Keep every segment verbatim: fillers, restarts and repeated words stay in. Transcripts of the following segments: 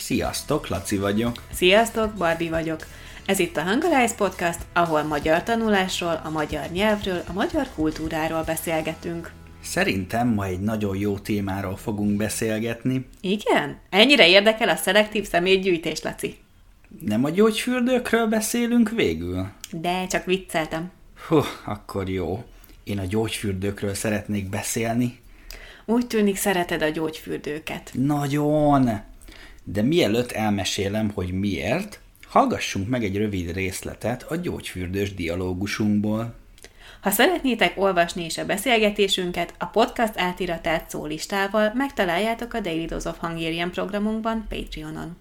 Sziasztok, Laci vagyok. Sziasztok, Barbie vagyok. Ez itt a Hungarize Podcast, ahol magyar tanulásról, a magyar nyelvről, a magyar kultúráról beszélgetünk. Szerintem ma egy nagyon jó témáról fogunk beszélgetni. Igen? Ennyire érdekel a szelektív szemétgyűjtés, Laci? Nem a gyógyfürdőkről beszélünk végül? De, csak vicceltem. Hú, akkor jó. Én a gyógyfürdőkről szeretnék beszélni. Úgy tűnik, szereted a gyógyfürdőket. Nagyon! De mielőtt elmesélem, hogy miért, hallgassunk meg egy rövid részletet a gyógyfürdős dialógusunkból. Ha szeretnétek olvasni is a beszélgetésünket, a podcast átiratát szólistával megtaláljátok a Daily Dose of Hungarian programunkban Patreonon.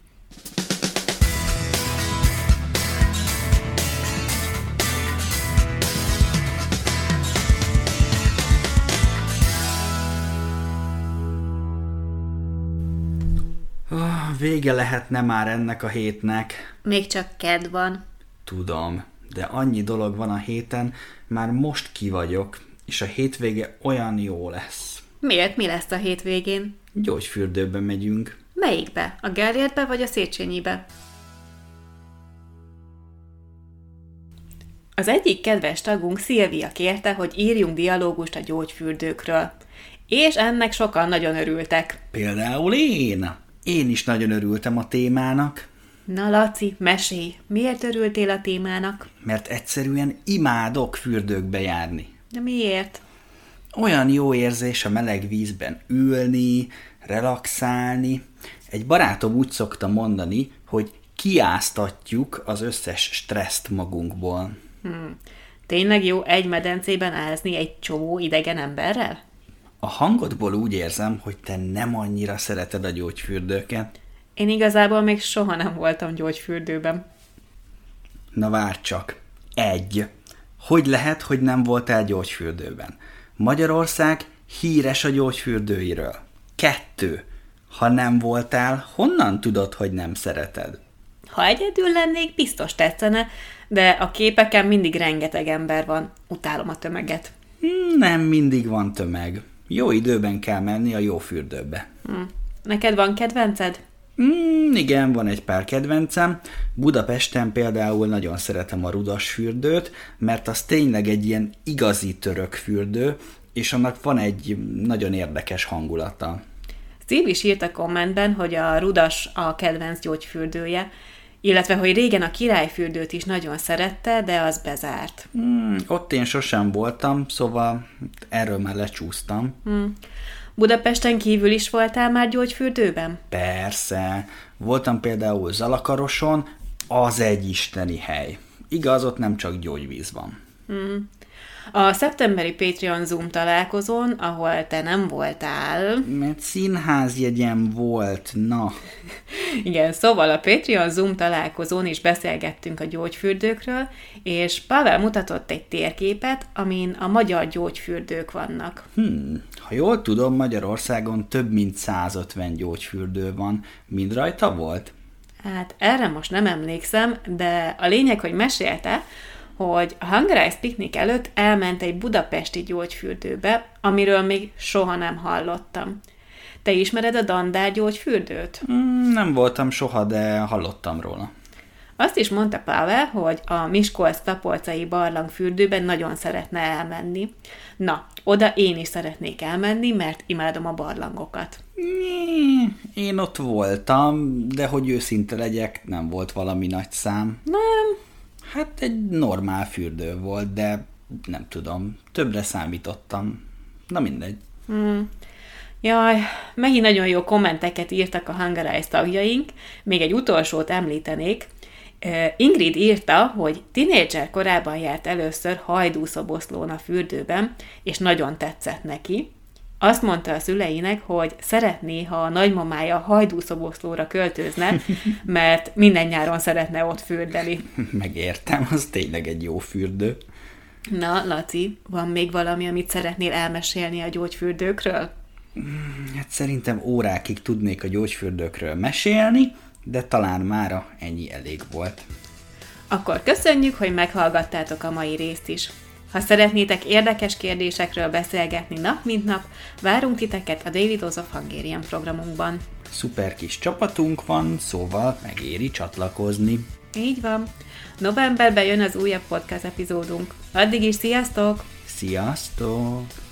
Oh, vége lehetne már ennek a hétnek. Még csak kedd van. Tudom, de annyi dolog van a héten, már most ki vagyok, és a hétvége olyan jó lesz. Miért? Mi lesz a hétvégén? Gyógyfürdőbe megyünk. Melyikbe? A Gellértbe vagy a Széchenyibe? Az egyik kedves tagunk, Szilvia kérte, hogy írjunk dialógust a gyógyfürdőkről. És ennek sokan nagyon örültek. Például én. Én is nagyon örültem a témának. Na Laci, mesélj, miért örültél a témának? Mert egyszerűen imádok fürdőkbe járni. De miért? Olyan jó érzés a meleg vízben ülni, relaxálni. Egy barátom úgy szokta mondani, hogy kiáztatjuk az összes stresszt magunkból. Hmm. Tényleg jó egy medencében ázni egy csomó idegen emberrel? A hangodból úgy érzem, hogy te nem annyira szereted a gyógyfürdőket. Én igazából még soha nem voltam gyógyfürdőben. Na várj csak. Egy. Hogy lehet, hogy nem voltál gyógyfürdőben? Magyarország híres a gyógyfürdőiről. Kettő. Ha nem voltál, honnan tudod, hogy nem szereted? Ha egyedül lennék, biztos tetszene, de a képeken mindig rengeteg ember van. Utálom a tömeget. Nem mindig van tömeg. Jó időben kell menni a jó fürdőbe. Hm. Neked van kedvenced? Mm, igen, van egy pár kedvencem. Budapesten például nagyon szeretem a Rudas fürdőt, mert az tényleg egy ilyen igazi török fürdő, és annak van egy nagyon érdekes hangulata. Steve is írt a kommentben, hogy a Rudas a kedvenc gyógyfürdője, illetve hogy régen a Királyfürdőt is nagyon szerette, de az bezárt. Mm, ott én sosem voltam, szóval erről már lecsúsztam. Hm. Budapesten kívül is voltál már gyógyfürdőben? Persze. Voltam például Zalakaroson, az egy isteni hely. Igaz, ott nem csak gyógyvíz van. Hm. A szeptemberi Patreon Zoom találkozón, ahol te nem voltál... Mert színházjegyem volt, na. Igen, szóval a Patreon Zoom találkozón is beszélgettünk a gyógyfürdőkről, és Pavel mutatott egy térképet, amin a magyar gyógyfürdők vannak. Hmm, ha jól tudom, Magyarországon több mint százötven gyógyfürdő van. Mind rajta volt? Hát erre most nem emlékszem, de a lényeg, hogy mesélte, hogy a Hungarize Picnic előtt elment egy budapesti gyógyfürdőbe, amiről még soha nem hallottam. Te ismered a Dandár gyógyfürdőt? Mm, nem voltam soha, de hallottam róla. Azt is mondta Pavel, hogy a Miskolc-Tapolcai barlangfürdőben nagyon szeretne elmenni. Na, oda én is szeretnék elmenni, mert imádom a barlangokat. Én ott voltam, de hogy őszinte legyek, nem volt valami nagy szám. Nem. Hát egy normál fürdő volt, de nem tudom, többre számítottam. Na mindegy. Hmm. Jaj, megint nagyon jó kommenteket írtak a Hungarize tagjaink. Még egy utolsót említenék. Ingrid írta, hogy tinédzser korában járt először Hajdúszoboszlón a fürdőben, és nagyon tetszett neki. Azt mondta a szüleinek, hogy szeretné, ha a nagymamája Hajdúszoboszlóra költözne, mert minden nyáron szeretne ott fürdeni. Megértem, az tényleg egy jó fürdő. Na, Laci, van még valami, amit szeretnél elmesélni a gyógyfürdőkről? Hát szerintem órákig tudnék a gyógyfürdőkről mesélni, de talán mára ennyi elég volt. Akkor köszönjük, hogy meghallgattátok a mai részt is. Ha szeretnétek érdekes kérdésekről beszélgetni nap mint nap, várunk titeket a Daily Dose of Hungarian programunkban. Szuper kis csapatunk van, szóval megéri csatlakozni. Így van. Novemberben jön az újabb podcast epizódunk. Addig is sziasztok! Sziasztok!